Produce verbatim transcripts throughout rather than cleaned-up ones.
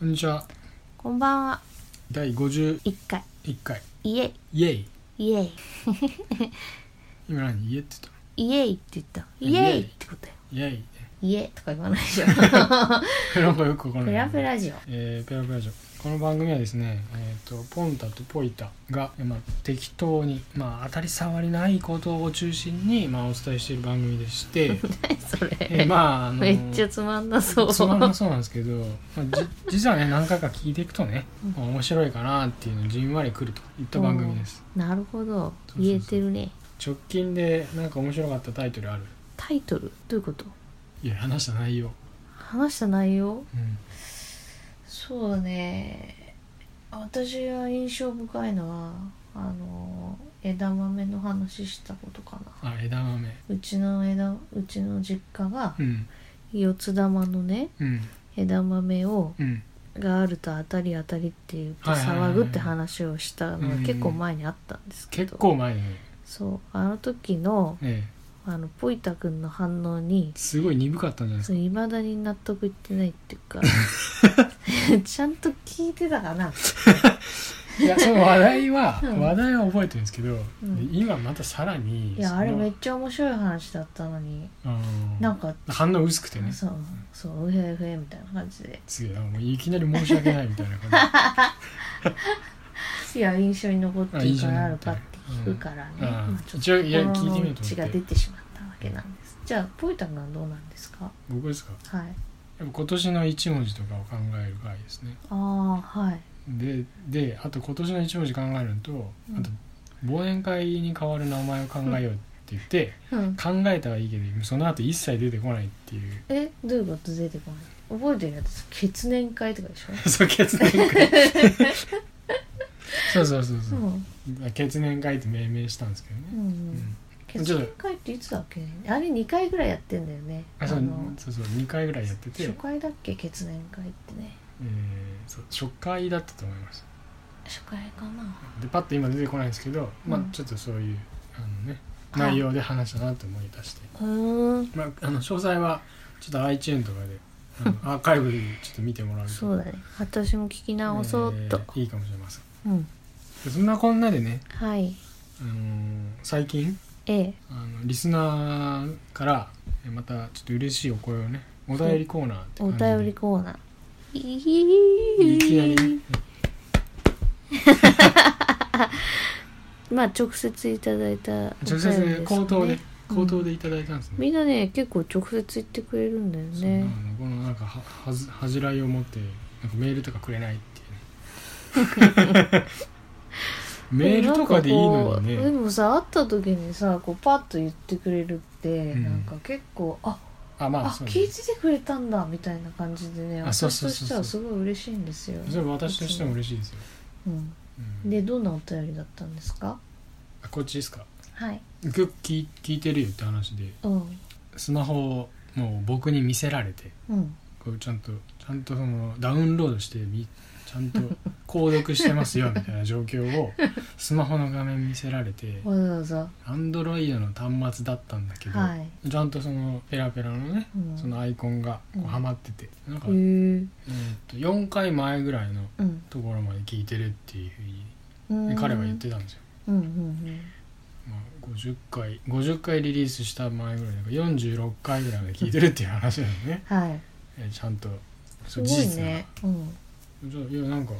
こんにちは。 こんばんは。 だいごじゅういっかい。 いっかい。 イエイ。 イエイ。 イエイ。 今何イエって言ったの？ イエイって言った。イエイってことよ。 イエイ。 イエとか言わないじゃん。 なんかよくわかんない。 ペラペラジオ。 えー、ペラペラジオ。この番組はですね、えっ、ー、とポンタとポイタが、まあ、適当に、まあ、当たり障りないことを中心に、まあ、お伝えしている番組でして、 何それ。 えー、まあ、あのー、 めっちゃつまんなそう。 つまんなそうなんですけど、まあ、じ実はね何回か聞いていくとね、まあ、面白いかなっていうのじんわりくるといった番組です。 なるほど。 そうそうそう言えてるね。 直近でなんか面白かったタイトルある？ タイトルどういうこと？ いや話した内容。 話した内容、うん、そうだね。私が印象深いのはあの枝豆の話したことかな。 あ、枝豆。うちの枝うちの実家が、 うん、 四つ玉のね、うん、枝豆を、うん、があると当たり当たりって言って騒ぐって話をしたのが結構前にあったんですけど、 結構前ね。 そうあの時の、ええ、あのポイタくんの反応にすごい鈍かったんじゃないですか。 いまだに納得いってないっていうかちゃんと聞いてたかな。 いやその話題は、うん、話題は覚えてるんですけど、うん、今またさらにいやあれめっちゃ面白い話だったのに、うん、なんか反応薄くてね。 そうそううへうへみたいな感じで、 すげえもういきなり申し訳ないみたいな感じいや印象に残ってるからあるかって聞くからね、うんまあ、ちょっと心の内が出てしまったわけなんです。じゃあポイタ君はどうなんですか？ 僕ですか？ はい。 やっぱ今年の一文字とかを考える回ですね。 ああはい。 でであと今年の一文字考えるのと、うん、あと忘年会に代わる名前を考えようって言って、うん、考えたはいいけどその後一切出てこないっていう。 えどういうこと出てこない？覚えてるやつ血年会とかでしょ？ そう血年会そうそうそうそう、うん、血年会って命名したんですけどね、うんうん、 血年会っていつだっけ？あれにかいぐらいやってんだよね。 あそうそうそうにかいぐらいやってて、 初回だっけ血年会ってね。 えー、そう初回だったと思います。 初回かな。 でパッと今出てこないんですけど、うん、まあちょっとそういうあのね内容で話したなと思い出して、うんまあ、あの詳細はちょっと iTunes とかであのアーカイブでちょっと見てもらうとそうだね私も聞き直そうと、 えー、いいかもしれません、 うん、 でそんなこんなでね、 はいあのー、最近、 ええ、 あのリスナーからまたちょっと嬉しいお声をねお便りコーナーって感じでお便りコーナーいきなりねまあ直接いただいたお便りですね。 直接口頭で口頭でいただいたんですね、 うん、みんなね結構直接言ってくれるんだよね。 このなんか は, は, ず恥じらいを持ってなんかメールとかくれないっていうねメールとかでいいのにね。 でもさ会った時にさこうパッと言ってくれるって、うん、なんか結構ああ、まあ、あ聞いててくれたんだみたいな感じでね、私としてはすごい嬉しいんですよ。 それ私としても嬉しいですよ、 うんうん、でどんなお便りだったんですか？ あこっちですか？ はい。 聞, 聞いてるよって話で、うん、スマホをもう僕に見せられて、うん、こうちゃんとちゃんとそのダウンロードしてみちゃんと購読してますよみたいな状況をスマホの画面見せられてわざわざ Android の端末だったんだけど、はい、ちゃんとそのペラペラのね、うん、そのアイコンがこうはまってて、うん、なんか、えー、とよんかいまえぐらいのところまで聞いてるっていうふうに、うん、彼は言ってたんですよ、うんうんうんまあ、ごじゅっかいごじゅっかいリリースした前ぐらいだからよんじゅうろっかいぐらいまで聞いてるっていう話なのね、はい、えちゃんとそう事実が、ねうん、 じゃあいやなんか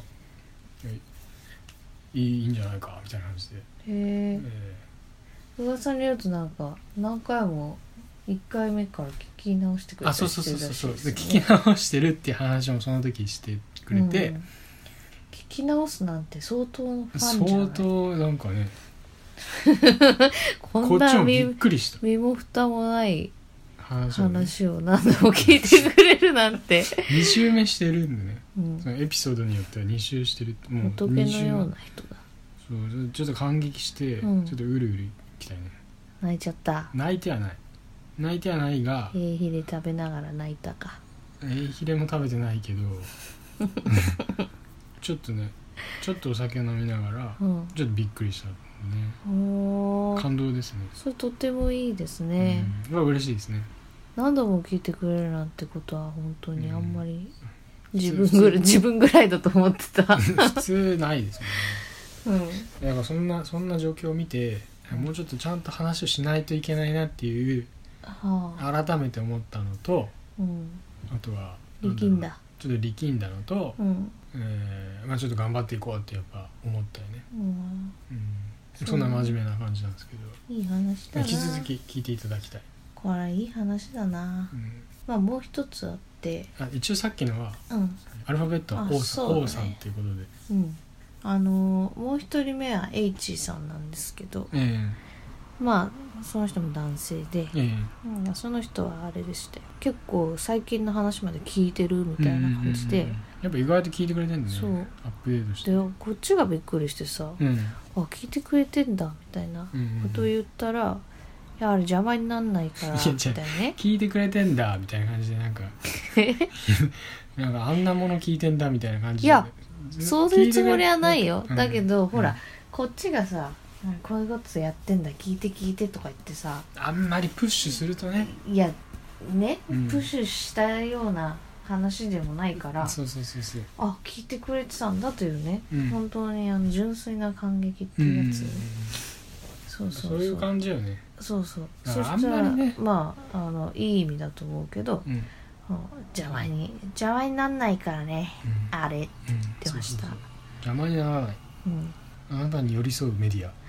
いいいいんじゃないかみたいな感じで、へえー、噂によるとなんか何回もいっかいめから聞き直してくれたりしてるらしいですよね。あそうそうそうそうで聞き直してるっていう話もその時してくれて、うん、 聞き直すなんて相当のファンじゃない？相当なんかねこんなこっちもびっくりした身も蓋もない話を何度も聞いてくれるなんてに周目してるんでね、うん、そのエピソードによってはに周してるもう仏のような人だ。 そうちょっと感激して、うん、ちょっとうるうるきたいね。 泣いちゃった。 泣いてはない泣いてはないがエイヒレ食べながら泣いたか。 エイヒレも食べてないけどちょっとねちょっとお酒飲みながら、うん、ちょっとびっくりしたね。感動ですね。 それとてもいいですね、 うん、嬉しいですね。 何度も聞いてくれるなんてことは本当にあんまり自分ぐらい自分ぐらいだと思ってた普通ないですもんね。 うん。だからそんなそんな状況を見て、もうちょっとちゃんと話をしないといけないなっていう、はあ、改めて思ったのと、うん、あとは力んだ。 ちょっと力んだのと、うん、えー、まあちょっと頑張っていこうってやっぱ思ったよね。うん。うん、そんな真面目な感じなんですけど。 いい話だな。 引き続き聞いていただきたい。 これいい話だな。うん、まあもう一つあって。 あ、一応さっきのは、うん、アルファベットは O さん、ね、O さんっていうことで。 うん。あのもう一人目は H さんなんですけど、えー、まあその人も男性で、えーうん、その人はあれでしたよ、結構最近の話まで聞いてるみたいな感じで、うんうんうん、 やっぱ意外と聞いてくれてんだね。そう、アップデートしてでこっちがびっくりしてさ、うん、あ聞いてくれてんだみたいなことを言ったら、うんうん、いやあれ邪魔になんないからみたいなね聞いてくれてんだみたいな感じでなんかなんかあんなもの聞いてんだみたいな感じで、いやそういうつもりはないよ、うん、だけど、うん、ほらこっちがさこういうことやってんだ聞いて聞いてとか言ってさ、 あんまりプッシュするとね、 いやね、うん、プッシュしたような話でもないから、 そうそうそうそう、 あ聞いてくれてたんだというね、うん、本当にあの純粋な感激っていうやつ、うん、 そうそうそう、そういう感じよね。 そうそう、そしたら、ね、まああのいい意味だと思うけど、うん、邪魔に邪魔になんないからね、うん、あれって言ってました、うん、そうそうそう、邪魔にならない、うん、あなたに寄り添うメディア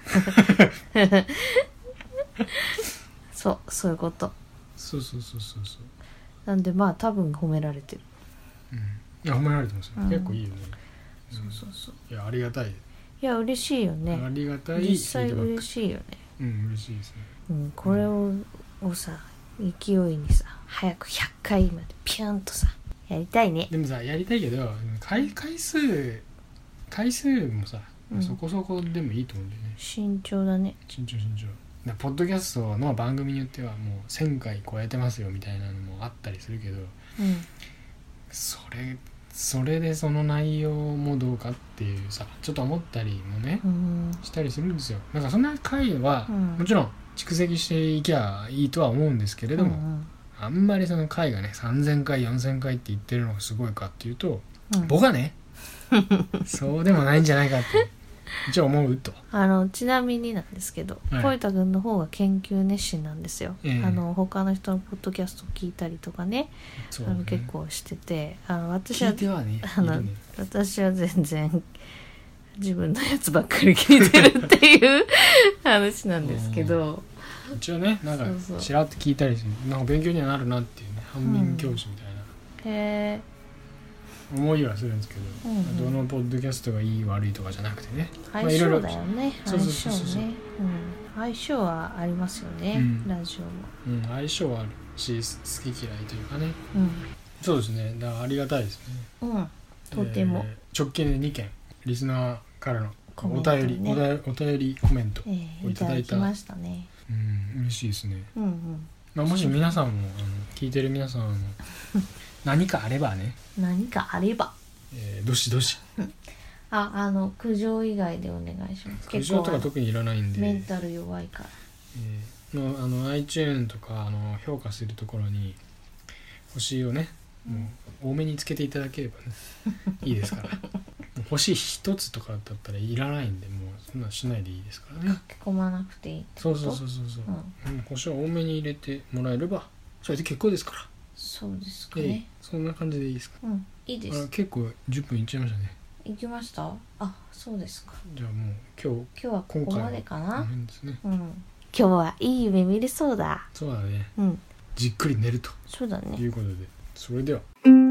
そうそういうこと、 そうそうそうそうそう、 なんでまあ多分褒められてる、 うん、いや褒められてますよ、うん、結構いいよね、 うん、そうそうそう、 いやありがたい、いや嬉しいよね、 ありがたい、 実際嬉しいよね、 うん嬉しいですね、 うん、これを、をさ勢いにさ早くひゃっかいまでピュンとさやりたいね。 でもさやりたいけど 回, 回数回数もさ、うん、そこそこでもいいと思うんだよね。 慎重だね。 慎重慎重。だポッドキャストの番組によってはもうせんかい超えてますよみたいなのもあったりするけど、うん、それそれでその内容もどうかっていうさちょっと思ったりもね、うん、したりするんですよ。なんかそんな回は、うん、もちろん蓄積していきゃいいとは思うんですけれども、うんうん、あんまりその回がねさんぜんかいよんせんかいって言ってるのがすごいかっていうと、うん、僕はねそうでもないんじゃないかって一応思うと。 あのちなみになんですけど小板君の方が研究熱心なんですよ、えー、あの他の人のポッドキャスト聞いたりとか ね, ねあの結構してて、あの私は、は、ね、あの、ね、私は全然自分のやつばっかり聞いてるっていう話なんですけど一応ねなんかしらっと聞いたりしてなんか勉強にはなるなっていうね、反面教師みたいな、うん、へー思いはするんですけど、うんうん、どのポッドキャストがいい悪いとかじゃなくてね、 相性だよね、まあ、相性ね、うん、相性はありますよね、うん、ラジオも、 うん、相性はあるし好き嫌いというかね、うん、そうですね、だからありがたいですね、 うん、とても、 えー、直近でにけんリスナーからのお便り、ね、お, お便りコメントをいただいた、えー、いただきましたね、うん、嬉しいですね、うんうんまあ、もし皆さんもあの聞いてる皆さんも何かあればね何かあれば、えー、どしどしあ、あの苦情以外でお願いします。 苦情とか特にいらないんでメンタル弱いから、 えー、のあの iTunes とかあの評価するところに星をね、うん、もう多めにつけていただければねいいですから星一つとかだったらいらないんでもうそんなしないでいいですからね。 書き込まなくていいってこと？ そうそうそうそうそう、うん、星を多めに入れてもらえればそれで結構ですから。 そうですかね、 えー、そんな感じでいいですか？ うん、いいです。 あ結構じゅっぷんいっちゃいましたね。 いきました？あ、そうですか。 じゃあもう今日今日はここまでかな。 ですね、 うん、今日はいい夢見れそうだ。 そうだね、うん、じっくり寝るとそうだねいうことで、それでは